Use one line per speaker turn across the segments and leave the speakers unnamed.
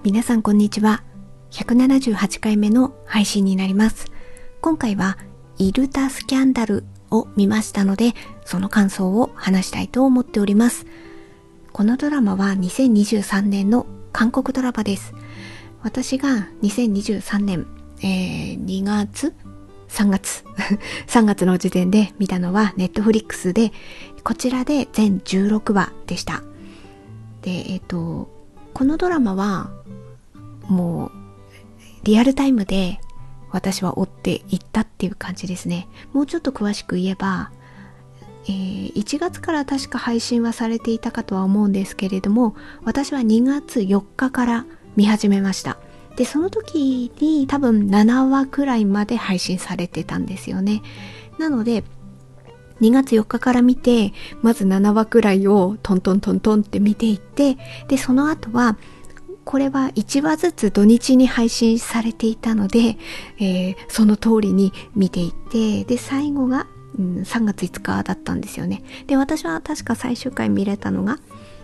皆さんこんにちは。178回目の配信になります。今回はイルタスキャンダルを見ましたので、その感想を話したいと思っております。このドラマは2023年の韓国ドラマです。私が2023年、2月3月3月の時点で見たのはネットフリックスで、こちらで全16話でした。で、このドラマはもうリアルタイムで私は追っていったっていう感じですね。もうちょっと詳しく言えば、1月から確か配信はされていたかとは思うんですけれども、私は2月4日から見始めました。で、その時に多分7話くらいまで配信されてたんですよね。なので2月4日から見て、まず7話くらいをトントントントンって見ていって、でその後はこれは1話ずつ土日に配信されていたので、その通りに見ていって、で最後が、3月5日だったんですよね。で私は確か最終回見れたのが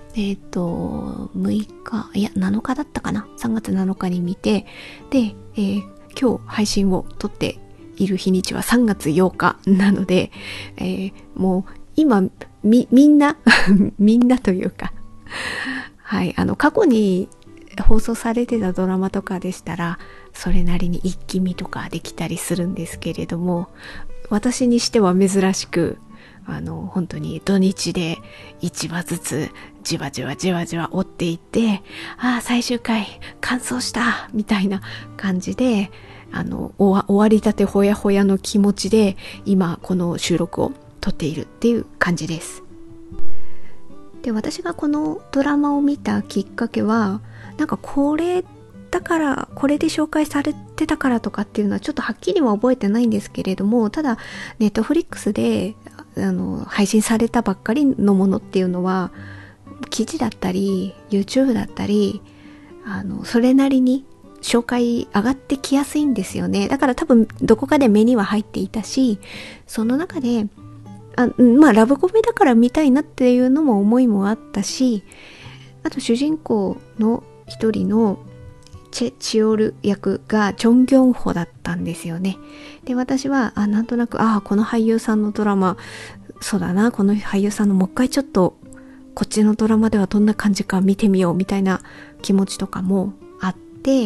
6日いや7日だったかな、3月7日に見て、で、今日配信を撮っている日にちは3月8日なので、もう今みんなみんなというかはい、過去に放送されてたドラマとかでしたらそれなりに一気見とかできたりするんですけれども、私にしては珍しく本当に土日で1話ずつじわじわじわじわ追っていって、最終回完走したみたいな感じで、終わりたてほやほやの気持ちで今この収録を撮っているっていう感じです。で、私がこのドラマを見たきっかけは、なんかこれだからこれで紹介されてたからとかっていうのはちょっとはっきりは覚えてないんですけれども、ただネットフリックスで配信されたばっかりのものっていうのは記事だったり YouTube だったりそれなりに紹介上がってきやすいんですよね。だから多分どこかで目には入っていたし、その中でラブコメだから見たいなっていうのも思いもあったし、あと主人公の一人のチェ・チオル役がチョン・ギョンホだったんですよね。で、私はなんとなくこの俳優さんのドラマ、そうだな、この俳優さんのもう一回ちょっとこっちのドラマではどんな感じか見てみようみたいな気持ちとかもあって、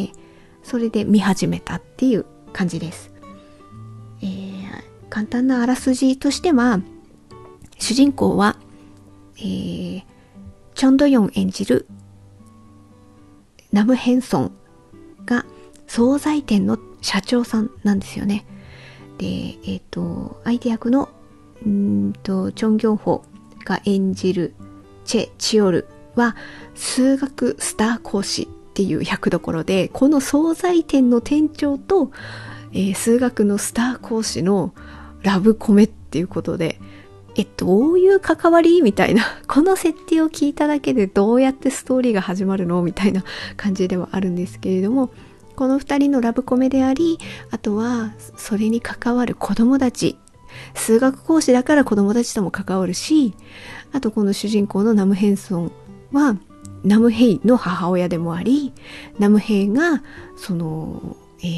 それで見始めたっていう感じです。簡単なあらすじとしては、主人公は、チョンドヨン演じるナムヘンソンが惣菜店の社長さんなんですよね。で、相手役のチョン・ギョンホが演じるチェ・チオルは数学スター講師っていう役どころで、この惣菜店の店長と、数学のスター講師のラブコメっていうことで、どういう関わりみたいな、この設定を聞いただけでどうやってストーリーが始まるのみたいな感じではあるんですけれども、この二人のラブコメであり、あとはそれに関わる子供たち、数学講師だから子供たちとも関わるし、あとこの主人公のナムヘンソンはナムヘイの母親でもあり、ナムヘイがその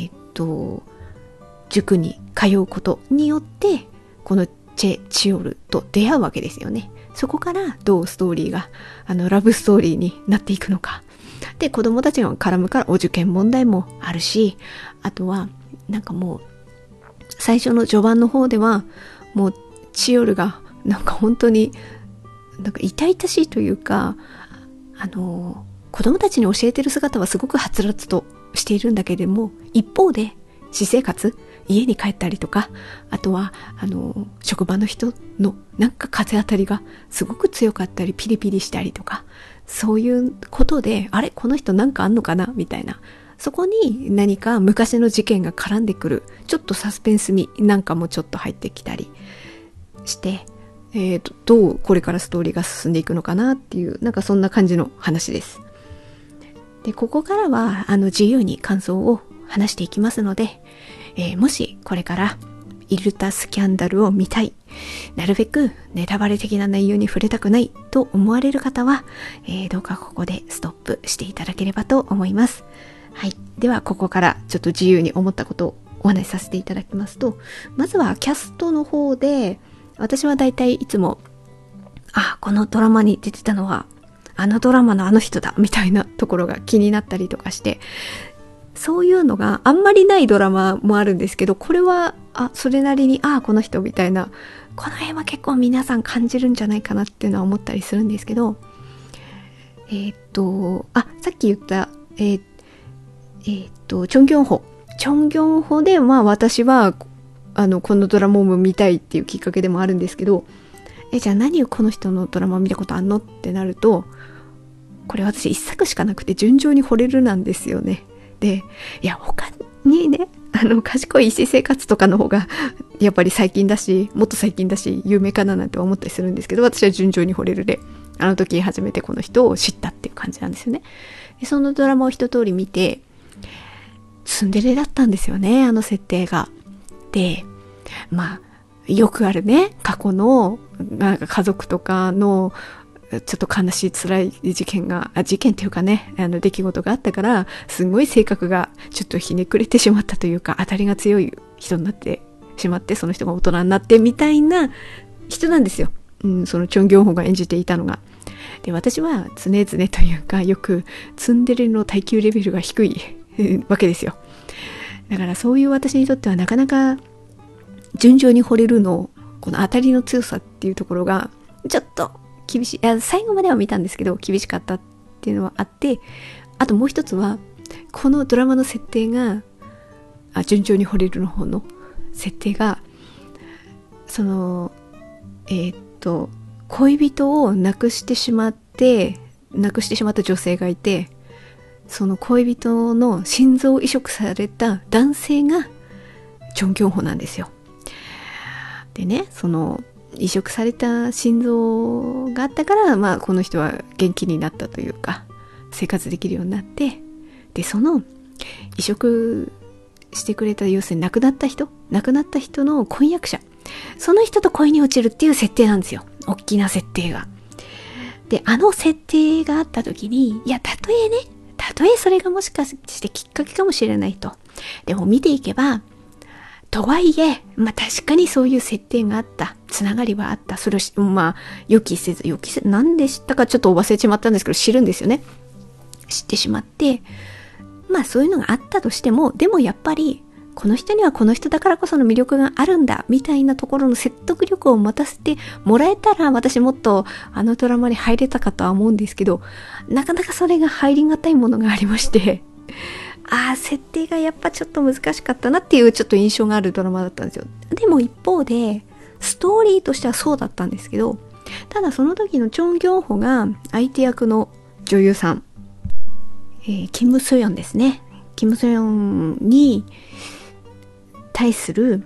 塾に通うことによってこのチェ・チオルと出会うわけですよね。そこからどうストーリーがラブストーリーになっていくのか。で、子供たちが絡むからお受験問題もあるし、あとはなんかもう最初の序盤の方ではもうチオルがなんか本当になんか痛々しいというか、子供たちに教えてる姿はすごくはつらつとしているんだけれども、一方で私生活、家に帰ったりとか、あとは職場の人のなんか風当たりがすごく強かったりピリピリしたりとか、そういうことでこの人なんかあんのかなみたいな、そこに何か昔の事件が絡んでくる、ちょっとサスペンス味なんかもちょっと入ってきたりして、どうこれからストーリーが進んでいくのかなっていう、なんかそんな感じの話です。で、ここからは自由に感想を話していきますので、もしこれからイルタスキャンダルを見たい、 なるべくネタバレ的な内容に触れたくないと思われる方は、どうかここでストップしていただければと思います。はい。ではここからちょっと自由に思ったことをお話しさせていただきますと、まずはキャストの方で、私はだいたいいつも、このドラマに出てたのはあのドラマのあの人だみたいなところが気になったりとかして、そういうのがあんまりないドラマもあるんですけど、これはそれなりにこの人みたいな、この辺は結構皆さん感じるんじゃないかなっていうのは思ったりするんですけど、さっき言ったチョンギョンホで私はこのドラマを見たいっていうきっかけでもあるんですけど、じゃあ何をこの人のドラマを見たことあんのってなると、これ私一作しかなくて純情に惚れるなんですよね。で、いや他にね、賢い医師生活とかの方がやっぱり最近だし、もっと最近だし有名かななんて思ったりするんですけど、私は純情に惚れるで、あの時初めてこの人を知ったっていう感じなんですよね。でそのドラマを一通り見て、ツンデレだったんですよね、あの設定が。で、よくあるね、過去のなんか家族とかのちょっと悲しい辛い事件っていうかね、出来事があったから、すごい性格がちょっとひねくれてしまったというか、当たりが強い人になってしまって、その人が大人になってみたいな人なんですよ。そのチョンギョンホが演じていたのが。で、私は常々というか、よくツンデレの耐久レベルが低いわけですよ。だからそういう私にとってはなかなか順調に惚れるの、この当たりの強さっていうところがちょっと厳しい。最後までは見たんですけど厳しかったっていうのはあって、あともう一つはこのドラマの設定が順調に惚れるの方の設定が、その恋人を亡くしてしまった女性がいて、その恋人の心臓を移植された男性がチョンギョンホなんですよ。でね、その移植された心臓があったから、この人は元気になったというか、生活できるようになって、でその移植してくれた、要するに亡くなった人の婚約者、その人と恋に落ちるっていう設定なんですよ。大きな設定が。で、設定があった時に、いや、たとえそれがもしかしてきっかけかもしれないと。でも見ていけば、とはいえ、確かにそういう設定があった。つながりはあった。それを予期せず、なんで知ったかちょっと忘れちまったんですけど、知るんですよね。知ってしまって、そういうのがあったとしても、でもやっぱり、この人にはこの人だからこその魅力があるんだ、みたいなところの説得力を持たせてもらえたら、私もっとドラマに入れたかとは思うんですけど、なかなかそれが入りがたいものがありまして、設定がやっぱちょっと難しかったなっていうちょっと印象があるドラマだったんですよ。でも一方で、ストーリーとしてはそうだったんですけど、ただその時のチョンギョンホが相手役の女優さん、キム・ソヨンですね。キム・ソヨンに対する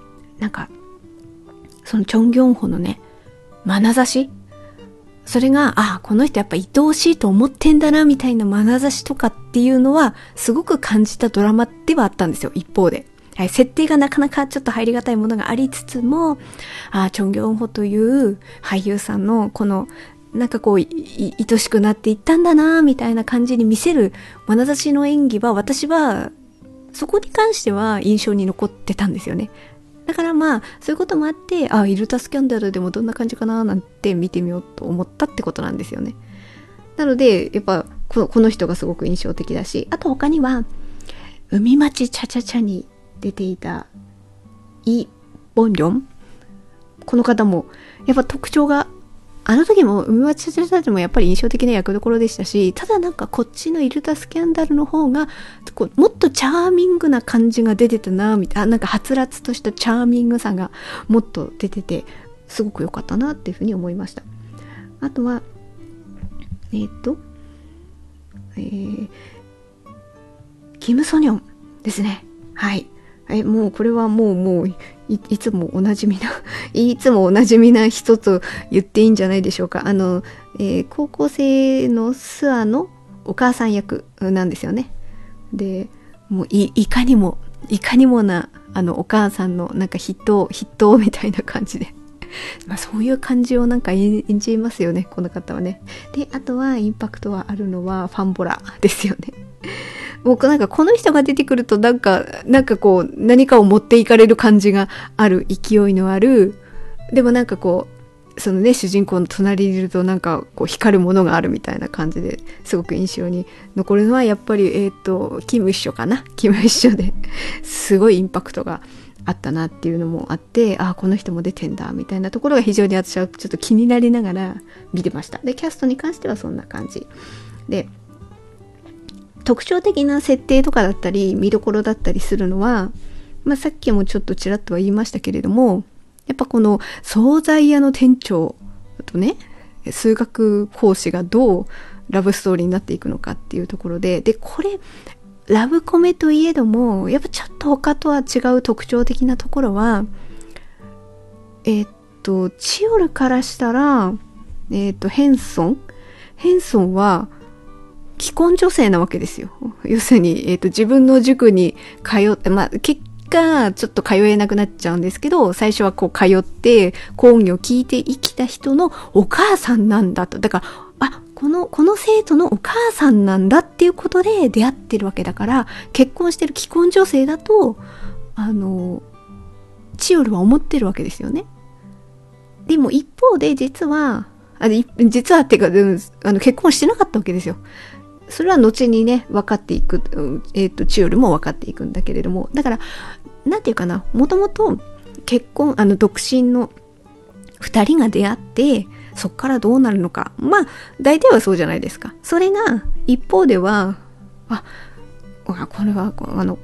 そのチョンギョンホのね、眼差し、それがこの人やっぱ愛おしいと思ってんだなみたいな眼差しとかっていうのはすごく感じたドラマではあったんですよ。一方で、設定がなかなかちょっと入りがたいものがありつつも、チョンギョンホという俳優さんのこの愛しくなっていったんだなみたいな感じに見せる眼差しの演技は、私はそこに関しては印象に残ってたんですよね。だからそういうこともあって、イルタスキャンダルでもどんな感じかななんて見てみようと思ったってことなんですよね。なのでやっぱこの人がすごく印象的だし、あと他には海町チャチャチャに出ていたイ・ボンリョン、この方もやっぱ特徴が、時も海町チャチャチャでもやっぱり印象的な役どころでしたし、ただこっちのイルタスキャンダルの方がもっとチャーミングな感じが出てたなみたいな、はつらつとしたチャーミングさがもっと出てて、すごく良かったなっていうふうに思いました。あとはキム・ソニョンですね。はい。もうこれはもういつもおなじみな人と言っていいんじゃないでしょうか。高校生のスアのお母さん役なんですよね。で、もういかにもなお母さんの筆頭みたいな感じでそういう感じをなんか演じますよね、この方はね。で、あとはインパクトはあるのはファンボラですよね。僕なんかこの人が出てくるとなんかこう何かを持っていかれる感じがある、勢いのある、でもなんかこうそのね主人公の隣にいるとなんかこう光るものがあるみたいな感じですごく印象に残るのはやっぱりキム一緒かな、キム一緒ですごいインパクトがあったなっていうのもあって、あ、この人も出てんだみたいなところが非常に私はちょっと気になりながら見てました。でキャストに関してはそんな感じで、特徴的な設定とかだったり見どころだったりするのは、さっきもちょっとちらっとは言いましたけれども、やっぱこの惣菜屋の店長とね数学講師がどうラブストーリーになっていくのかっていうところで、これラブコメといえどもやっぱちょっと他とは違う特徴的なところは、チオルからしたらヘンソンは既婚女性なわけですよ。要するに、自分の塾に通って、結果、ちょっと通えなくなっちゃうんですけど、最初はこう通って、講義を聞いて生きた人のお母さんなんだと。だから、この生徒のお母さんなんだっていうことで出会ってるわけだから、結婚してる既婚女性だと、チオルは思ってるわけですよね。でも一方で実はっていうか、結婚してなかったわけですよ。それは後にね分かっていく、チオルも分かっていくんだけれども、だからなんていうかな、もともと結婚独身の2人が出会ってそっからどうなるのか、大体はそうじゃないですか。それが一方ではこれは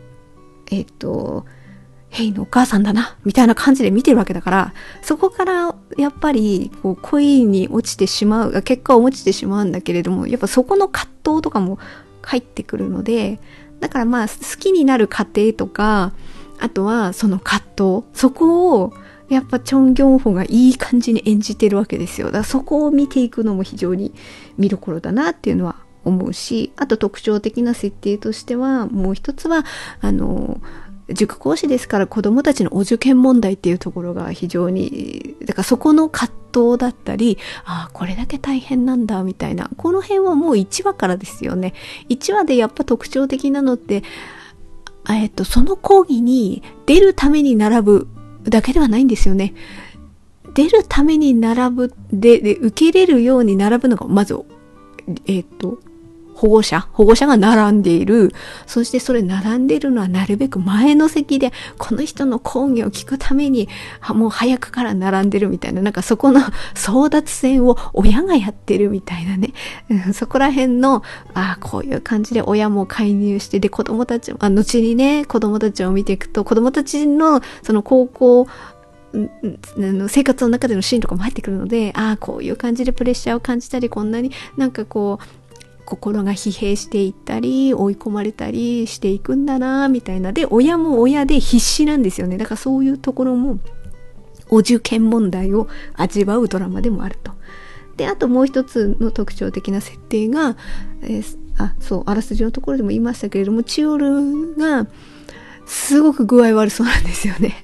ヘイのお母さんだなみたいな感じで見てるわけだから、そこからやっぱりこう恋に落ちてしまう、結果を落ちてしまうんだけれども、やっぱそこの葛藤とかも入ってくるので、だから好きになる過程とか、あとはその葛藤、そこをやっぱチョン・ギョンホがいい感じに演じてるわけですよ。だからそこを見ていくのも非常に見どころだなっていうのは思うし、あと特徴的な設定としてはもう一つは塾講師ですから子どもたちのお受験問題っていうところが非常に、だからそこの葛藤だったり、これだけ大変なんだみたいな、この辺はもう1話からですよね。1話でやっぱ特徴的なのってその講義に出るために並ぶだけではないんですよね。出るために並ぶで受け入れるように並ぶのがまず保護者が並んでいる。そしてそれ並んでいるのはなるべく前の席で、この人の講義を聞くためにもう早くから並んでるみたいな、なんかそこの争奪戦を親がやってるみたいなね、そこら辺のこういう感じで親も介入して、で子供たちも後にね子供たちを見ていくと、子供たちのその高校生活の中でのシーンとかも入ってくるので、こういう感じでプレッシャーを感じたり、こんなになんかこう心が疲弊していったり追い込まれたりしていくんだなみたいな。で親も親で必死なんですよね。だからそういうところもお受験問題を味わうドラマでもあると。であともう一つの特徴的な設定が、あらすじのところでも言いましたけれども、チオルがすごく具合悪そうなんですよね。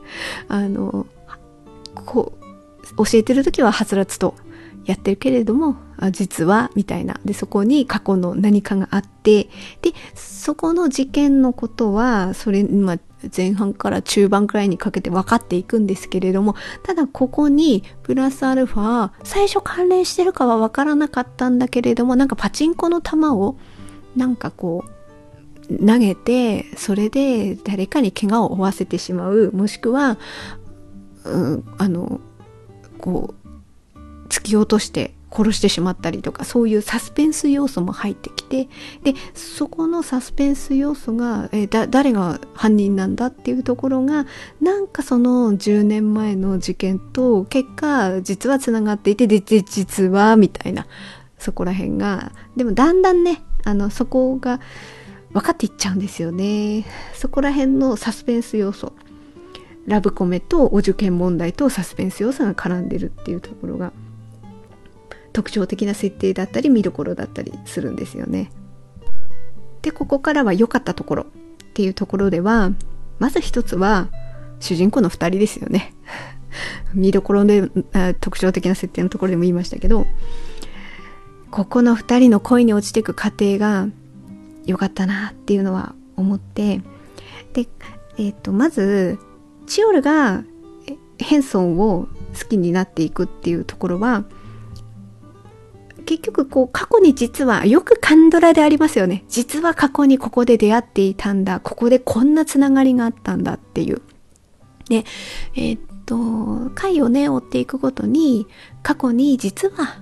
こう教えてる時ははつらつとやってるけれども、実はみたいな。でそこに過去の何かがあって、でそこの事件のことはそれ、前半から中盤くらいにかけて分かっていくんですけれども、ただここにプラスアルファ最初関連してるかは分からなかったんだけれども、なんかパチンコの玉をなんかこう投げて、それで誰かに怪我を負わせてしまう、もしくはこう突き落として殺してしまったりとか、そういうサスペンス要素も入ってきて、でそこのサスペンス要素が、誰が犯人なんだっていうところがなんかその10年前の事件と結果実はつながっていて、で実はみたいな、そこら辺がでもだんだんねそこが分かっていっちゃうんですよね。そこら辺のサスペンス要素、ラブコメとお受験問題とサスペンス要素が絡んでるっていうところが特徴的な設定だったり見どころだったりするんですよね。でここからは良かったところっていうところでは、まず一つは主人公の2人ですよね。 見どころで特徴的な設定のところでも言いましたけど、ここの2人の恋に落ちていく過程が良かったなっていうのは思って、で、まずチオルがヘンソンを好きになっていくっていうところは、結局こう過去に実はよくカンドラでありますよね。実は過去にここで出会っていたんだ、ここでこんなつながりがあったんだっていう。で、回をね追っていくごとに過去に実は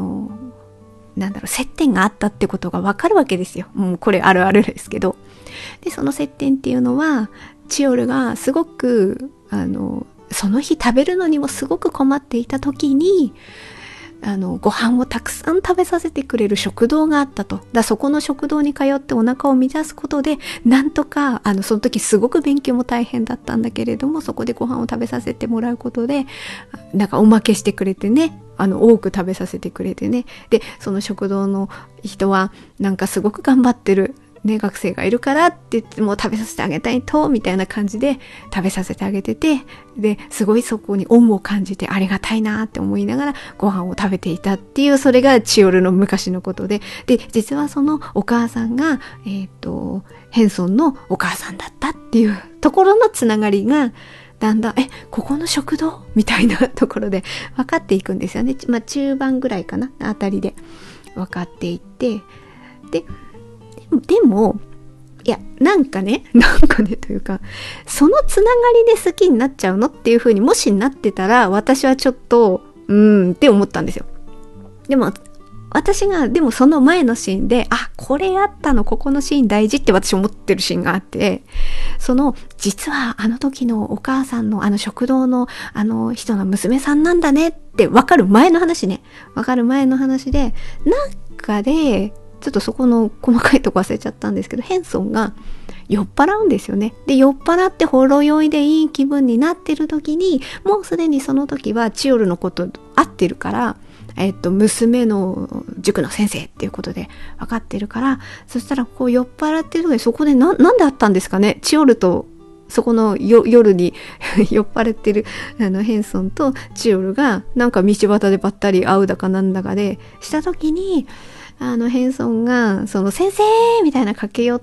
接点があったってことがわかるわけですよ。もうこれあるあるですけど。で、その接点っていうのは、チオルがすごくその日食べるのにもすごく困っていた時に、ご飯をたくさん食べさせてくれる食堂があったと。そこの食堂に通ってお腹を満たすことで、なんとか、その時すごく勉強も大変だったんだけれども、そこでご飯を食べさせてもらうことで、なんかおまけしてくれてね、多く食べさせてくれてね。で、その食堂の人は、なんかすごく頑張ってる。ね、学生がいるからって言っても食べさせてあげたいと、みたいな感じで食べさせてあげてて、で、すごいそこに恩を感じてありがたいなって思いながらご飯を食べていたっていう、それがチオルの昔のことで、で、実はそのお母さんが、ヘンソンのお母さんだったっていうところのつながりが、だんだん、ここの食堂みたいなところで分かっていくんですよね。まあ、中盤ぐらいかな、あたりで分かっていって、でも、いや、なんかねというか、そのつながりで好きになっちゃうのっていう風にもしなってたら、私はちょっと、って思ったんですよ。でも、私が、でもその前のシーンで、これあったの、ここのシーン大事って私思ってるシーンがあって、実はあの時のお母さんの食堂の人の娘さんなんだねって分かる前の話ね。分かる前の話で、なんかで、ちょっとそこの細かいとこ忘れちゃったんですけど、ヘンソンが酔っ払うんですよね。で、酔っ払ってほろ酔いでいい気分になってる時に、もうすでにその時はチオルのこと合ってるから、娘の塾の先生っていうことで分かってるから、そしたらこう酔っ払ってる時にそこでなんであったんですかね、チオルとそこの夜に酔っ払ってるヘンソンとチオルがなんか道端でばったり会うだかなんだかでした時に、ヘンソンがその先生みたいな駆け寄って、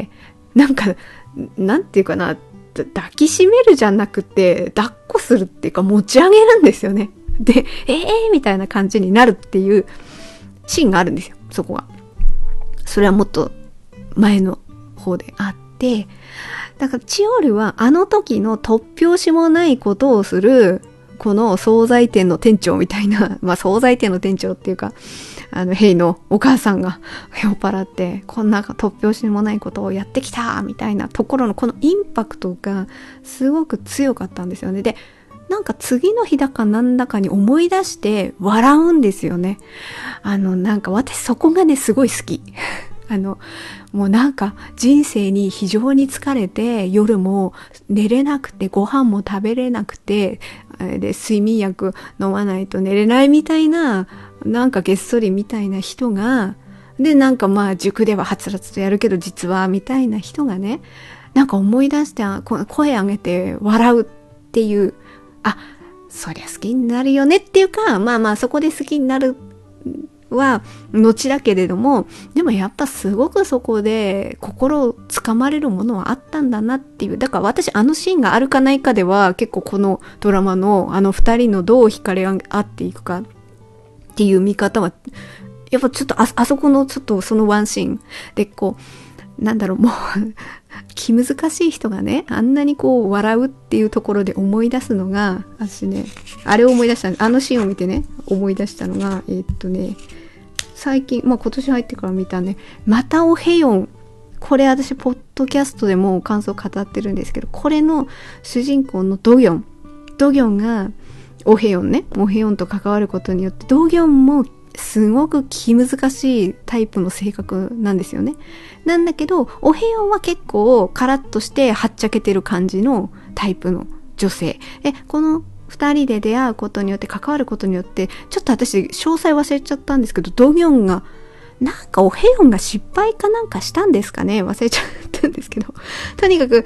なんかなんていうかな、抱きしめるじゃなくて抱っこするっていうか持ち上げるんですよね。で、みたいな感じになるっていうシーンがあるんですよ、そこが。それはもっと前の方であって、だからチオルはあの時の突拍子もないことをするこの惣菜店の店長みたいな、まあ惣菜店の店長っていうか、ヘイのお母さんが酔っ払ってこんな突拍子もないことをやってきたみたいなところのこのインパクトがすごく強かったんですよね。で、なんか次の日だかなんだかに思い出して笑うんですよね。なんか私そこがねすごい好き。もうなんか人生に非常に疲れて夜も寝れなくてご飯も食べれなくてで睡眠薬飲まないと寝れないみたいな、なんかげっそりみたいな人がで、なんかまあ塾でははつらつとやるけど実はみたいな人がね、なんか思い出して声上げて笑うっていう、そりゃ好きになるよねっていうか、まあまあそこで好きになるは後だけれども、でもやっぱすごくそこで心をつかまれるものはあったんだなっていう。だから私シーンがあるかないかでは結構このドラマの二人のどう惹かれ合っていくかっていう見方はやっぱちょっとあそこのちょっとそのワンシーンでこうもう気難しい人がねあんなにこう笑うっていうところで思い出すのが、私ねあれを思い出したシーンを見てね思い出したのが最近今年入ってから見たね、またおへよん、これ私ポッドキャストでも感想語ってるんですけど、これの主人公のドギョンがおへよんと関わることによってドギョンもすごく気難しいタイプの性格なんですよね。なんだけどおへよんは結構カラッとしてはっちゃけてる感じのタイプの女性で、この二人で出会うことによって関わることによってちょっと私詳細忘れちゃったんですけど、ドギョンがなんかおへよんが失敗かなんかしたんですかね、忘れちゃったんですけど、とにかく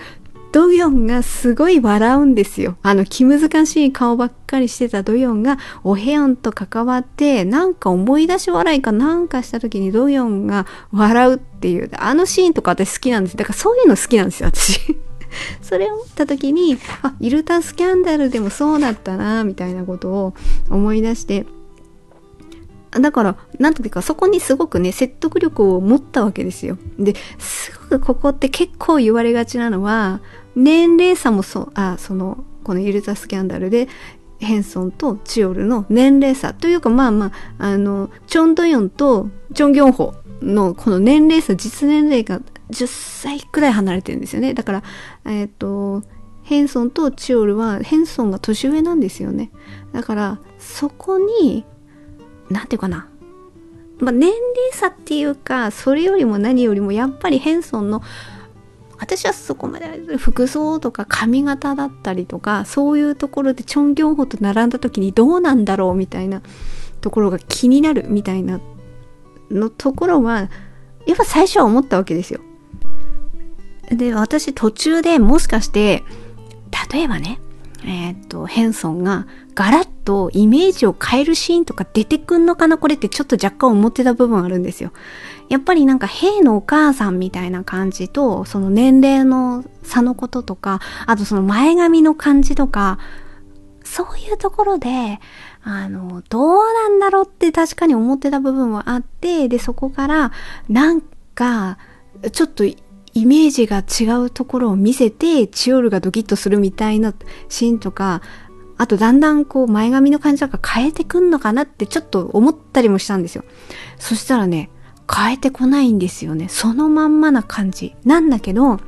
ドヨンがすごい笑うんですよ。気難しい顔ばっかりしてたドヨンがオヘヨンと関わって、なんか思い出し笑いかなんかした時にドヨンが笑うっていう、シーンとか私好きなんです。だからそういうの好きなんですよ、私。それを思った時に、イルタスキャンダルでもそうだったな、みたいなことを思い出して、だから、なんというか、そこにすごくね、説得力を持ったわけですよ。で、すごくここって結構言われがちなのは、年齢差もこのイルタスキャンダルで、ヘンソンとチオルの年齢差というか、チョンドヨンとチョンギョンホのこの年齢差、実年齢が10歳くらい離れてるんですよね。だから、ヘンソンとチオルは、ヘンソンが年上なんですよね。だから、そこに、なんていうかな。年齢差っていうか、それよりも何よりもやっぱりヘンソンの、私はそこまで服装とか髪型だったりとか、そういうところでチョンギョンホと並んだ時にどうなんだろうみたいなところが気になるみたいなのところは、やっぱ最初は思ったわけですよ。で、私途中でもしかして、例えばね、ヘンソンがガラッとイメージを変えるシーンとか出てくんのかなこれってちょっと若干思ってた部分あるんですよ。やっぱりなんかヘイのお母さんみたいな感じと、その年齢の差のこととか、あとその前髪の感じとか、そういうところで、どうなんだろうって確かに思ってた部分はあって、で、そこからなんか、ちょっとイメージが違うところを見せて、チオルがドキッとするみたいなシーンとか、あとだんだんこう前髪の感じとか変えてくんのかなってちょっと思ったりもしたんですよ。そしたらね、変えてこないんですよね。そのまんまな感じ。なんだけど、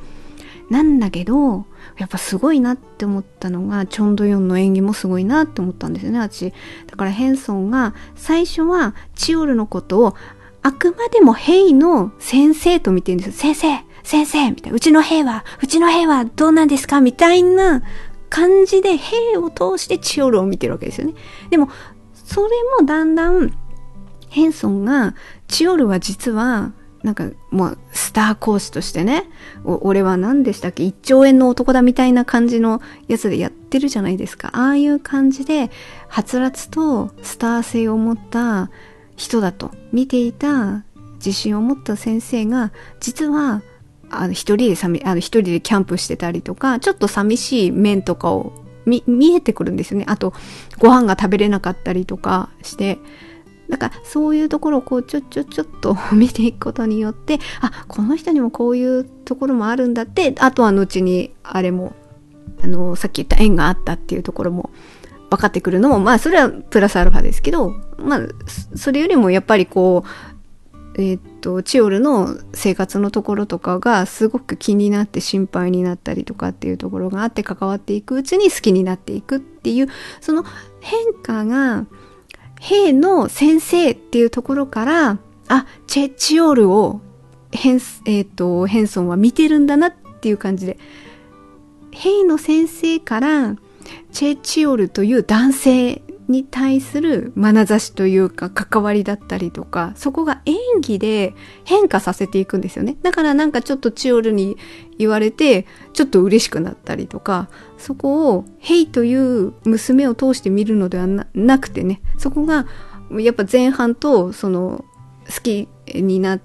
やっぱすごいなって思ったのが、チョンドヨンの演技もすごいなって思ったんですよね、私。だからヘンソンが最初はチオルのことをあくまでもヘイの先生と見てるんですよ。先生みたいな。うちの兵はどうなんですかみたいな感じで兵を通してチオルを見てるわけですよね。でも、それもだんだん、ヘンソンが、チオルは実は、なんか、スター講師としてね、俺は何でしたっけ ?1 兆円の男だみたいな感じのやつでやってるじゃないですか。ああいう感じで、はつらつとスター性を持った人だと見ていた自信を持った先生が、実は、一人でキャンプしてたりとか、ちょっと寂しい面とかを見えてくるんですよね。あと、ご飯が食べれなかったりとかして、だからそういうところをこうちょっと見ていくことによって、この人にもこういうところもあるんだって、あとは後にあれも、さっき言った縁があったっていうところも分かってくるのも、それはプラスアルファですけど、それよりもやっぱりこう、チオルの生活のところとかがすごく気になって心配になったりとかっていうところがあって、関わっていくうちに好きになっていくっていう、その変化がヘイの先生っていうところから、チオルをヘンソンは見てるんだなっていう感じで、ヘイの先生からチオルという男性に対する眼差しというか関わりだったりとか、そこが演技で変化させていくんですよね。だからなんかちょっとチオルに言われてちょっと嬉しくなったりとか、そこをヘイという娘を通して見るのでは なくてね、そこがやっぱ前半とその好きになって、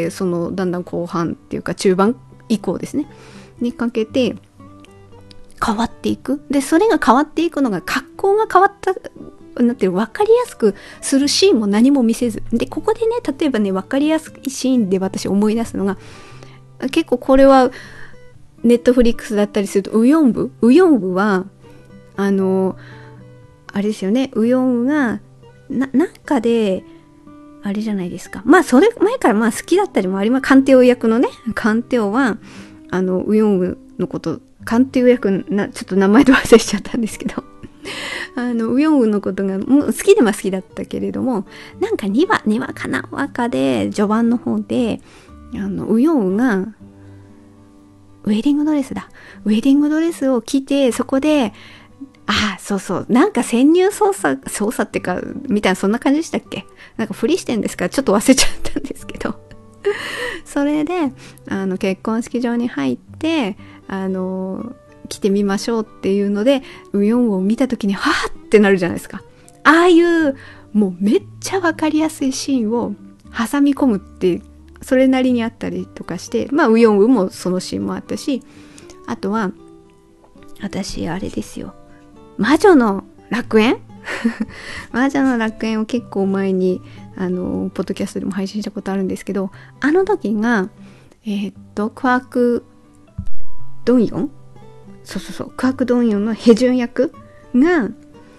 そのだんだん後半っていうか中盤以降ですねにかけて変わっていく。で、それが変わっていくのが、格好が変わった、なんていうの、分かりやすくするシーンも何も見せず。で、ここでね、例えばね、分かりやすいシーンで私思い出すのが、結構これは、ネットフリックスだったりすると、ウヨンブは、あれですよね、ウヨンウが、なんかで、あれじゃないですか。それ前から好きだったりもあります。カンテオ役のね、カンテオは、ウヨンウのこと、カンテオ役ちょっと名前で忘れちゃったんですけどウヨンウのことが好きでは好きだったけれども、なんか2話かな話かで序盤の方でウヨンウがウェディングドレスを着て、そこでそうなんか潜入捜査ってかみたいな、そんな感じでしたっけ。なんかふりしてんですか、ちょっと忘れちゃったんですけどそれで結婚式場に入って、 着てみましょうっていうので、ウヨンウを見た時に、はぁってなるじゃないですか。ああいう、もうめっちゃわかりやすいシーンを挟み込むって、それなりにあったりとかして、まあ、ウヨンウもそのシーンもあったし、あとは、私、あれですよ。魔女の楽園魔女の楽園を結構前に、ポッドキャストでも配信したことあるんですけど、あの時が、クワクドンヨンクワクドンヨンのヘジュン役が、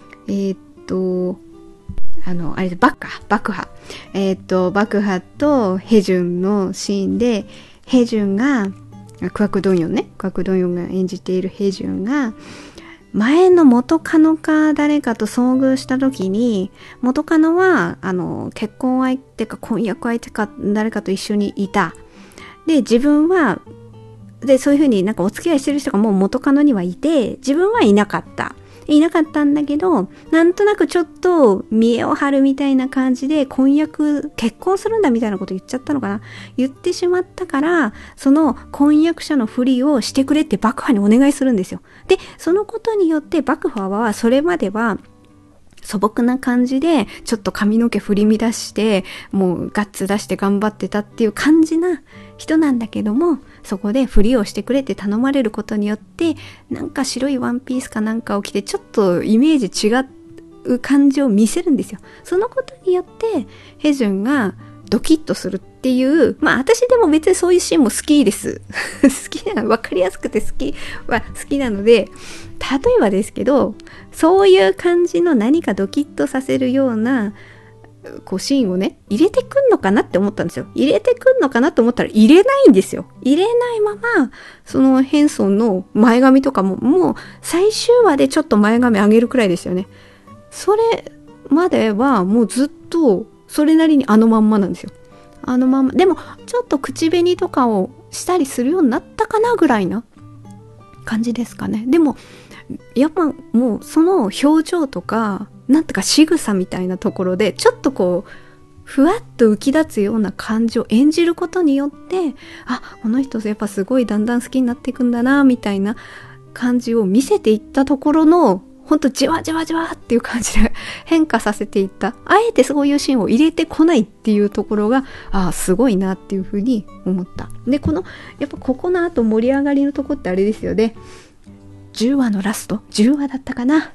あれで爆破とヘジュンのシーンで、ヘジュンが、クワクドンヨンが演じているヘジュンが、前の元カノか誰かと遭遇した時に、元カノは、結婚相手か婚約相手か誰かと一緒にいた。で、自分は、そういう風になんかお付き合いしてる人がもう元カノにはいて、自分はいなかったんだけど、なんとなくちょっと見栄を張るみたいな感じで結婚するんだみたいなこと言っちゃったのかな。言ってしまったから、その婚約者のふりをしてくれって爆破にお願いするんですよ。で、そのことによって爆破はそれまでは素朴な感じで、ちょっと髪の毛振り乱して、もうガッツ出して頑張ってたっていう感じな人なんだけども、そこで振りをしてくれって頼まれることによって、なんか白いワンピースかなんかを着て、ちょっとイメージ違う感じを見せるんですよ。そのことによって、ヘジュンがドキッとするっていう、まあ私でも別にそういうシーンも好きです。好きなの、わかりやすくて好きなので、例えばですけど、そういう感じの何かドキッとさせるようなシーンをね、入れてくんのかなって思ったんですよ。入れてくんのかなと思ったら入れないんですよ。入れないまま、そのヘンソンの前髪とかも、もう最終話でちょっと前髪上げるくらいですよね。それまではもうずっとそれなりにあのまんまなんですよ。あのまんま。でもちょっと口紅とかをしたりするようになったかなぐらいな感じですかね。でもやっぱもうその表情とかなんとか仕草みたいなところでちょっとふわっと浮き立つような感じを演じることによって、この人やっぱすごいだんだん好きになっていくんだなみたいな感じを見せていったところの、ほんとじわじわじわっていう感じで変化させていった。あえてそういうシーンを入れてこないっていうところが、すごいなっていうふうに思った。で、やっぱここの後盛り上がりのとこってあれですよね。10話のラスト ?10 話だったかな、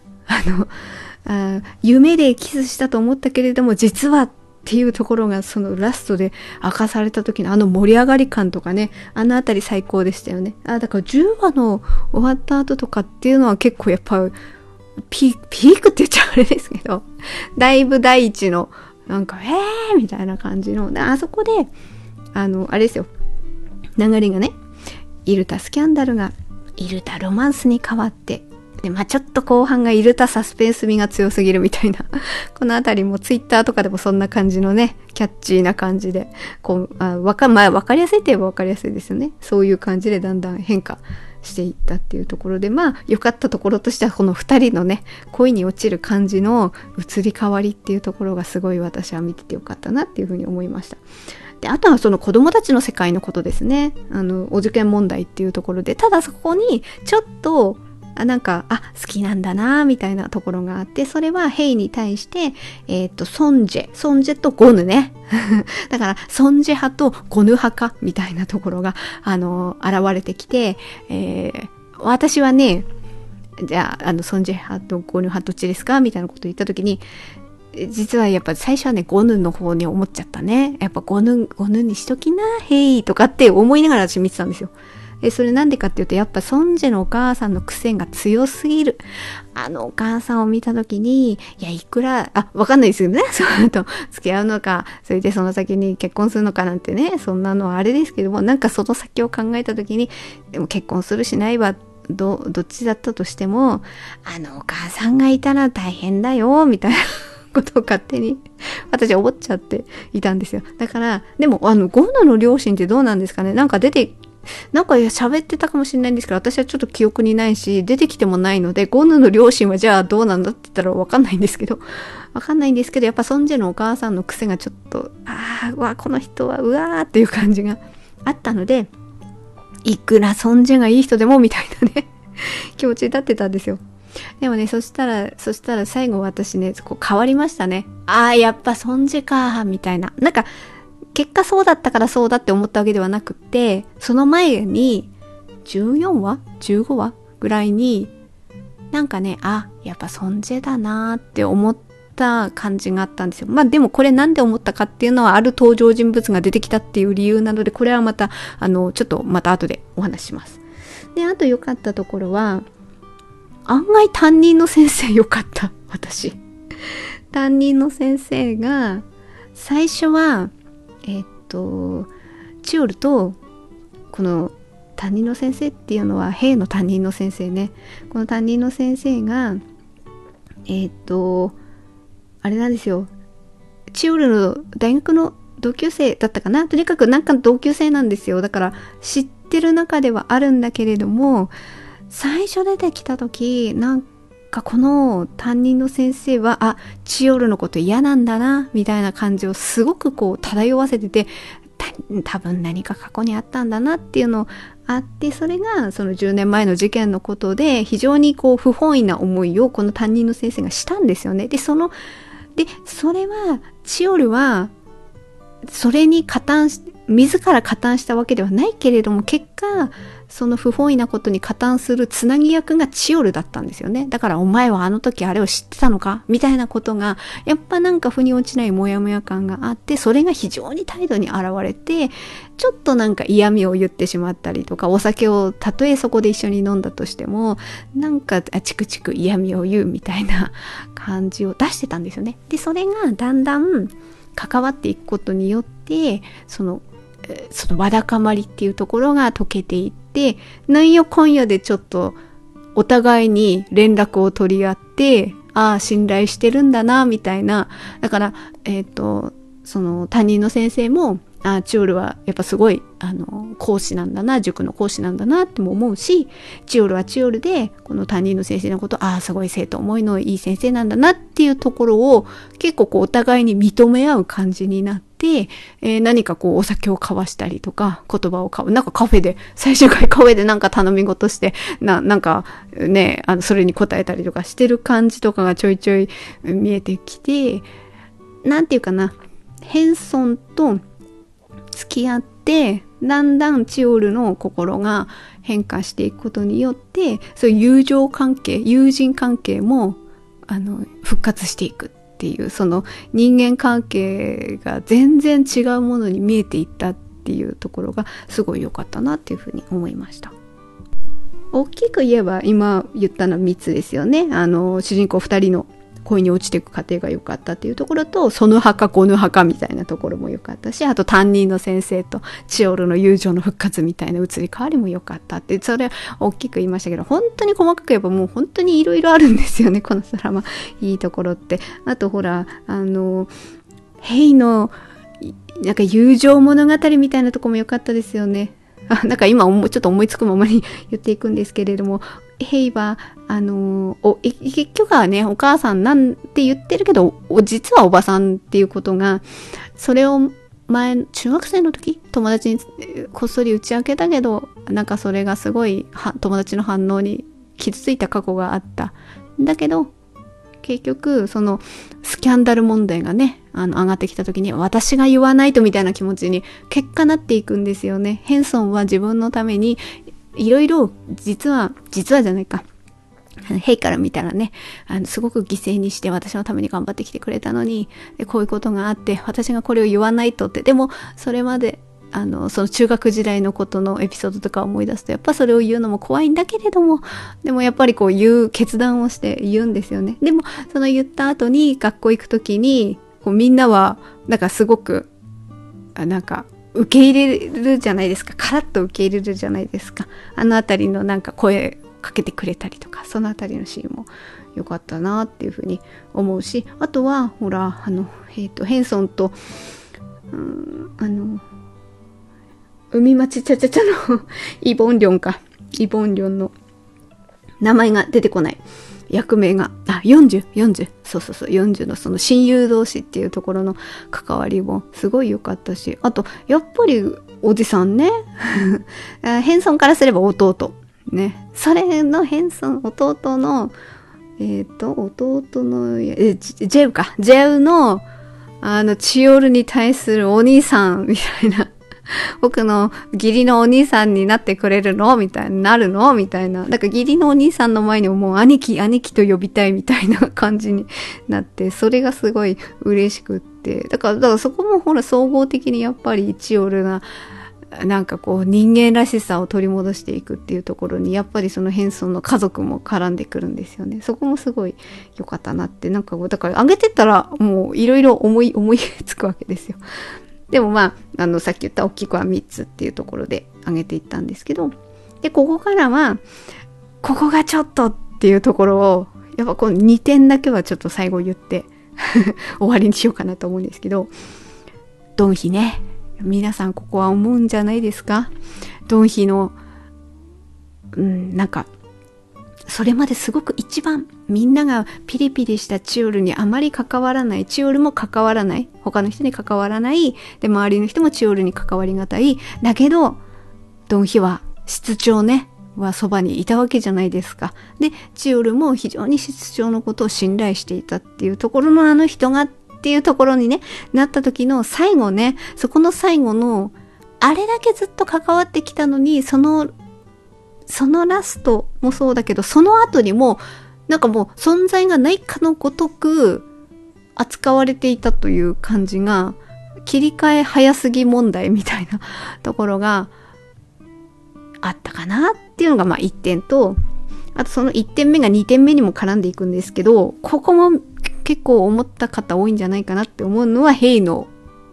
夢でキスしたと思ったけれども実はっていうところがそのラストで明かされた時の盛り上がり感とかね、あのあたり最高でしたよね。だから10話の終わった後とかっていうのは結構やっぱピークって言っちゃあれですけど、だいぶ第一のなんかみたいな感じの、あそこであれですよ、流れがね、イルタスキャンダルがイルタロマンスに変わって、でちょっと後半がイルタサスペンス味が強すぎるみたいなこのあたりもツイッターとかでもそんな感じのね、キャッチーな感じでわかりやすいといえばわかりやすいですよね。そういう感じでだんだん変化していったっていうところで、良かったところとしてはこの二人のね、恋に落ちる感じの移り変わりっていうところがすごい私は見ててよかったなっていうふうに思いました。で、あとはその子供たちの世界のことですね。お受験問題っていうところで、ただそこにちょっと好きなんだなみたいなところがあって、それはヘイに対して、ソンジェとゴヌね。だから、ソンジェ派とゴヌ派かみたいなところが、現れてきて、私はね、じゃあ、ソンジェ派とゴヌ派どっちですかみたいなことを言ったときに、実はやっぱ最初はね、ゴヌの方に思っちゃったね。やっぱゴヌにしときな、ヘイとかって思いながら私見てたんですよ。それなんでかっていうと、やっぱソンジェのお母さんの癖が強すぎる。お母さんを見たときに、いくら、わかんないですよね。その後、付き合うのか、それでその先に結婚するのかなんてね、そんなのはあれですけども、なんかその先を考えたときに、でも結婚するしないは、どっちだったとしても、お母さんがいたら大変だよ、みたいなことを勝手に、私は思っちゃっていたんですよ。だから、でも、ゴヌの両親ってどうなんですかね。なんか喋ってたかもしれないんですけど、私はちょっと記憶にないし、出てきてもないので、ゴヌの両親はじゃあどうなんだって言ったらわかんないんですけど、やっぱソンジェのお母さんの癖がちょっと、この人は、うわーっていう感じがあったので、 いくらソンジェがいい人でもみたいなね気持ちになってたんですよ。でもね、そしたら最後私ね、こう変わりましたね。やっぱソンジェかみたいな。なんか結果そうだったからそうだって思ったわけではなくて、その前に14話 ?15 話ぐらいになんかね、やっぱソンジェだなーって思った感じがあったんですよ。まあでもこれなんで思ったかっていうのは、ある登場人物が出てきたっていう理由なので、これはまたちょっとまた後でお話しします。で、あと良かったところは、案外担任の先生良かった。私担任の先生が最初はチオルとこの担任の先生っていうのは兵の担任の先生ね。この担任の先生があれなんですよ。チオルの大学の同級生だったかな。とにかくなんか同級生なんですよ。だから知ってる中ではあるんだけれども、最初出てきた時なんかこの担任の先生はチオルのこと嫌なんだなみたいな感じをすごくこう漂わせてて、多分何か過去にあったんだなっていうのあって、それがその10年前の事件のことで非常にこう不本意な思いをこの担任の先生がしたんですよね。でそれはチオルはそれに自ら加担したわけではないけれども、結果その不本意なことに加担するつなぎ役がチオルだったんですよね。だからお前はあの時あれを知ってたのかみたいなことがやっぱなんか腑に落ちないモヤモヤ感があって、それが非常に態度に現れて、ちょっとなんか嫌味を言ってしまったりとか、お酒をたとえそこで一緒に飲んだとしてもなんかチクチク嫌味を言うみたいな感じを出してたんですよね。でそれがだんだん関わっていくことによってそのわだかまりっていうところが解けていって、なんやかんやでちょっとお互いに連絡を取り合って、信頼してるんだなみたいな。だからその担任の先生もチオルはやっぱすごい講師なんだな、塾の講師なんだなっても思うし、チオルはチオルでこの担任の先生のことすごい生徒思いのいい先生なんだなっていうところを結構こうお互いに認め合う感じになって、何かこうお酒を交わしたりとか言葉をなんか最終回カフェでなんか頼み事してなんかねそれに答えたりとかしてる感じとかがちょいちょい見えてきて、なんていうかな、ヘンソンと付き合ってだんだんチオルの心が変化していくことによって、そういう友人関係も復活していくっていう、その人間関係が全然違うものに見えていったっていうところがすごい良かったなっていうふうに思いました。大きく言えば今言ったのは3つですよね。主人公2人の恋に落ちていく過程が良かったっていうところと、その墓この墓みたいなところも良かったし、あと担任の先生とチオルの友情の復活みたいな移り変わりも良かったって、それは大きく言いましたけど、本当に細かく言えばもう本当にいろいろあるんですよね、このドラマ。いいところって。あとほらヘイのなんか友情物語みたいなとこも良かったですよね。なんか今ちょっと思いつくままに言っていくんですけれども、ヘイは結局はね、お母さんなんて言ってるけど実はおばさんっていうことが、それを中学生の時友達にこっそり打ち明けたけど、なんかそれがすごい友達の反応に傷ついた過去があった。だけど結局そのスキャンダル問題がね上がってきた時に、私が言わないとみたいな気持ちに結果なっていくんですよね。ヘンソンは自分のためにいろいろ実はじゃないか、ヘイから見たらねすごく犠牲にして私のために頑張ってきてくれたのに、こういうことがあって私がこれを言わないとって。でもそれまでその中学時代のことのエピソードとか思い出すと、やっぱそれを言うのも怖いんだけれども、でもやっぱりこう決断をして言うんですよね。でもその言った後に学校行く時にみんなはなんかすごくなんか受け入れるじゃないですか。カラッと受け入れるじゃないですか。あたりのなんか声かけてくれたりとか、そのあたりのシーンも良かったなっていうふうに思うし、あとはほらヘンソンと海町チャチャチャのイボンリョンの名前が出てこない。役名が40そう40のその親友同士っていうところの関わりもすごい良かったし、あとやっぱり
おじさんね。ヘンソンからすれば弟。ね。それのヘンソン、弟の、弟の、ジェウか。ジェウの、チオルに対するお兄さん、みたいな。僕の義理のお兄さんになってくれるのみたいな、なるのみたいな。だから義理のお兄さんの前にもう兄貴と呼びたいみたいな感じになって、それがすごい嬉しくって。だからそこもほら総合的にやっぱりチオルが、なんかこう人間らしさを取り戻していくっていうところにやっぱりそのヘンソンの家族も絡んでくるんですよね。そこもすごい良かったなって、なんかだから上げてったらもういろいろ思いつくわけですよ。でもまあさっき言った大きくは3つっていうところで上げていったんですけど、でここからはここがちょっとっていうところをやっぱこの2点だけはちょっと最後言って終わりにしようかなと思うんですけど、ドンヒね。皆さんここは思うんじゃないですか？ドンヒの、なんか、それまですごく一番みんながピリピリしたチオルにあまり関わらない、チオルも関わらない、他の人に関わらない、で、周りの人もチオルに関わりがたい。だけど、ドンヒは室長ね、はそばにいたわけじゃないですか。で、チオルも非常に室長のことを信頼していたっていうところのあの人が、っていうところにね、なった時の最後ね、そこの最後の、あれだけずっと関わってきたのに、そのラストもそうだけど、その後にも、なんかもう存在がないかのごとく扱われていたという感じが、切り替え早すぎ問題みたいなところがあったかなっていうのがまあ1点と、あとその1点目が2点目にも絡んでいくんですけど、ここも結構思った方多いんじゃないかなって思うのは、ヘイの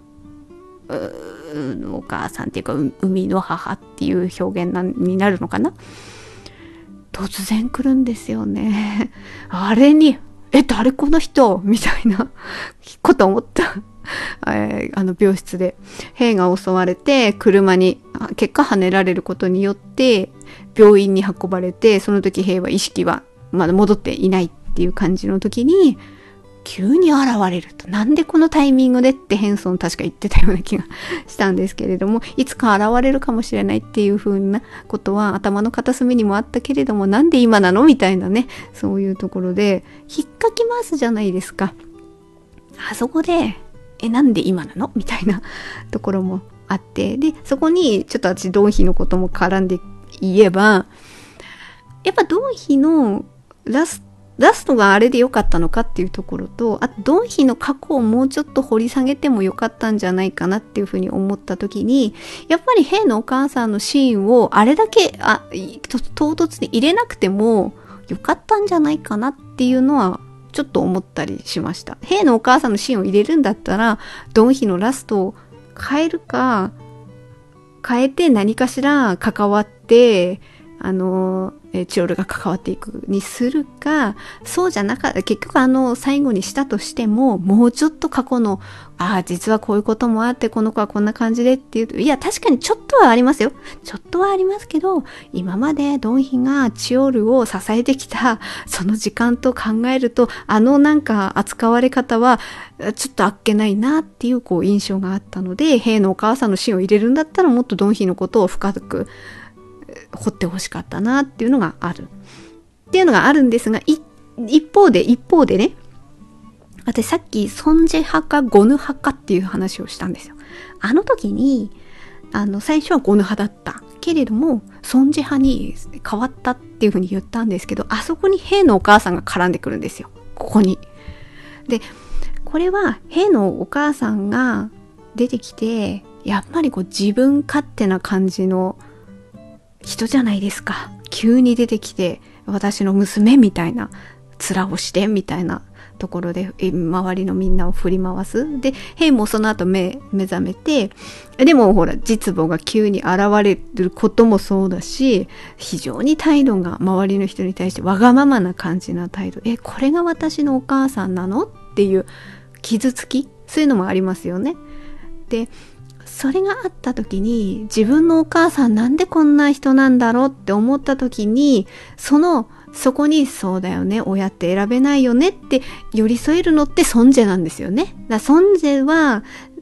お母さんっていうか海の母っていう表現になるのかな。突然来るんですよね。あれに誰この人みたいなこと思った病室でヘイが襲われて車に結果跳ねられることによって病院に運ばれて、その時ヘイは意識はまだ戻っていないっていう感じの時に急に現れると、なんでこのタイミングでってヘンソン確か言ってたような気がしたんですけれども、いつか現れるかもしれないっていう風なことは頭の片隅にもあったけれども、なんで今なのみたいなね、そういうところで引っかき回すじゃないですか。あそこでなんで今なのみたいなところもあって、でそこにちょっと私ドンヒのことも絡んで言えば、やっぱドンヒのラストがあれで良かったのかっていうところと、あとドンヒの過去をもうちょっと掘り下げても良かったんじゃないかなっていうふうに思った時に、やっぱりヘイのお母さんのシーンをあれだけ唐突に入れなくても良かったんじゃないかなっていうのはちょっと思ったりしました。ヘイのお母さんのシーンを入れるんだったら、ドンヒのラストを変えるか、変えて何かしら関わってチオルが関わっていくにするか、そうじゃなかった、結局最後にしたとしても、もうちょっと過去の、実はこういうこともあって、この子はこんな感じでっていうと、いや、確かにちょっとはありますよ。ちょっとはありますけど、今までドンヒがチオルを支えてきた、その時間と考えると、なんか扱われ方は、ちょっとあっけないなっていう、印象があったので、ヘイのお母さんのシーンを入れるんだったら、もっとドンヒのことを深く、掘ってほしかったなっていうのがある。っていうのがあるんですが、一方でね、私さっきソンジェ派かゴヌ派かっていう話をしたんですよ。あの時に、最初はゴヌ派だったけれども、ソンジェ派に変わったっていうふうに言ったんですけど、あそこにヘイのお母さんが絡んでくるんですよ。ここに。で、これはヘイのお母さんが出てきて、やっぱり自分勝手な感じの人じゃないですか。急に出てきて、私の娘みたいな面をしてみたいなところで周りのみんなを振り回す。で、ヘイもその後目覚めて、でもほら実母が急に現れることもそうだし、非常に態度が周りの人に対してわがままな感じな態度。これが私のお母さんなのっていう傷つき、そういうのもありますよね。で、それがあった時に、自分のお母さんなんでこんな人なんだろうって思った時に、そこにそうだよね、親って選べないよねって寄り添えるのってソンジェなんですよね。だからソンジェは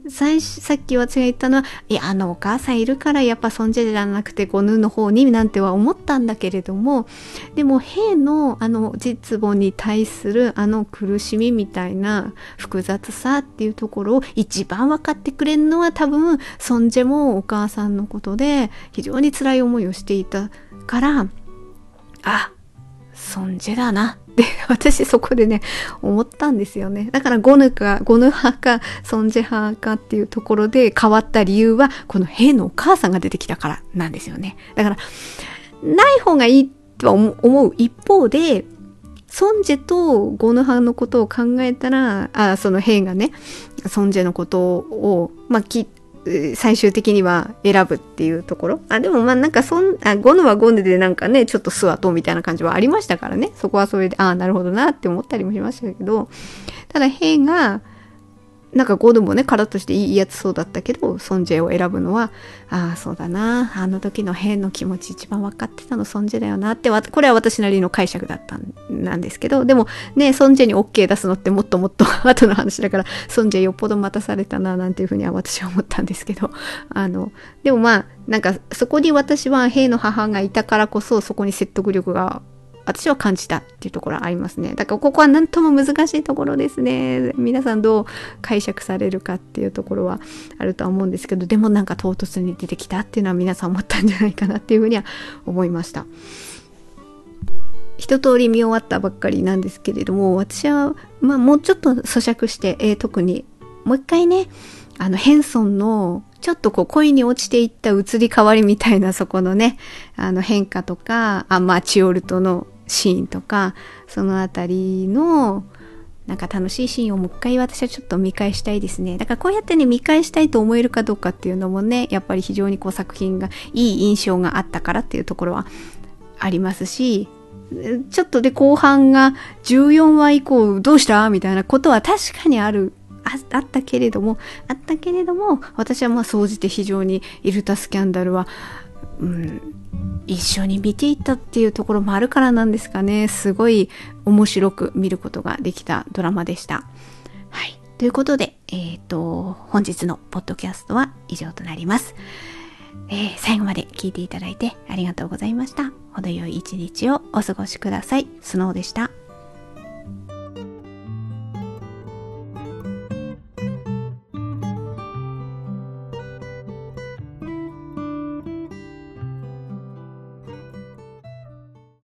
さっき私が言ったのは、いや、お母さんいるからやっぱソンジェじゃなくてゴヌの方になんては思ったんだけれども、でもヘイの実母に対する苦しみみたいな複雑さっていうところを一番分かってくれるのは多分ソンジェもお母さんのことで非常に辛い思いをしていたから、あ、ソンジェだなって私そこでね思ったんですよね。だからゴヌ派かソンジェ派かっていうところで変わった理由はこのヘイのお母さんが出てきたからなんですよね。だからない方がいいとは思う一方で、ソンジェとゴヌ派のことを考えたら、そのヘイがねソンジェのことを最終的には選ぶっていうところ。でもなんかゴヌはゴヌでなんかね、ちょっとスワとみたいな感じはありましたからね。そこはそれで、なるほどなって思ったりもしましたけど、ただヘイが、なんかゴヌもね、カラッとしていいやつそうだったけど、ソンジェを選ぶのは、そうだな、あの時のヘイの気持ち一番分かってたのソンジェだよなって、これは私なりの解釈だったんですけど、でもね、ソンジェに OK 出すのってもっともっと後の話だから、ソンジェよっぽど待たされたな、なんていうふうには私は思ったんですけど、でもなんかそこに私はヘイの母がいたからこそ、そこに説得力が私は感じたっていうところはありますね。だからここは何とも難しいところですね。皆さんどう解釈されるかっていうところはあるとは思うんですけど、でもなんか唐突に出てきたっていうのは皆さん思ったんじゃないかなっていうふうには思いました。一通り見終わったばっかりなんですけれども、私はもうちょっと咀嚼して、特にもう一回ね、ヘンソンのちょっと恋に落ちていった移り変わりみたいな、そこのね変化とか、チオルとのシーンとか、そのあたりのなんか楽しいシーンをもう一回私はちょっと見返したいですね。だからこうやってね、見返したいと思えるかどうかっていうのもね、やっぱり非常に作品がいい印象があったからっていうところはありますし、ちょっとで後半が14話以降どうしたみたいなことは確かにあったけれども、私は総じて非常にイルタスキャンダルは、一緒に見ていったっていうところもあるからなんですかね。すごい面白く見ることができたドラマでした。はい。ということで、本日のポッドキャストは以上となります。最後まで聞いていただいてありがとうございました。程よい一日をお過ごしください。スノーでした。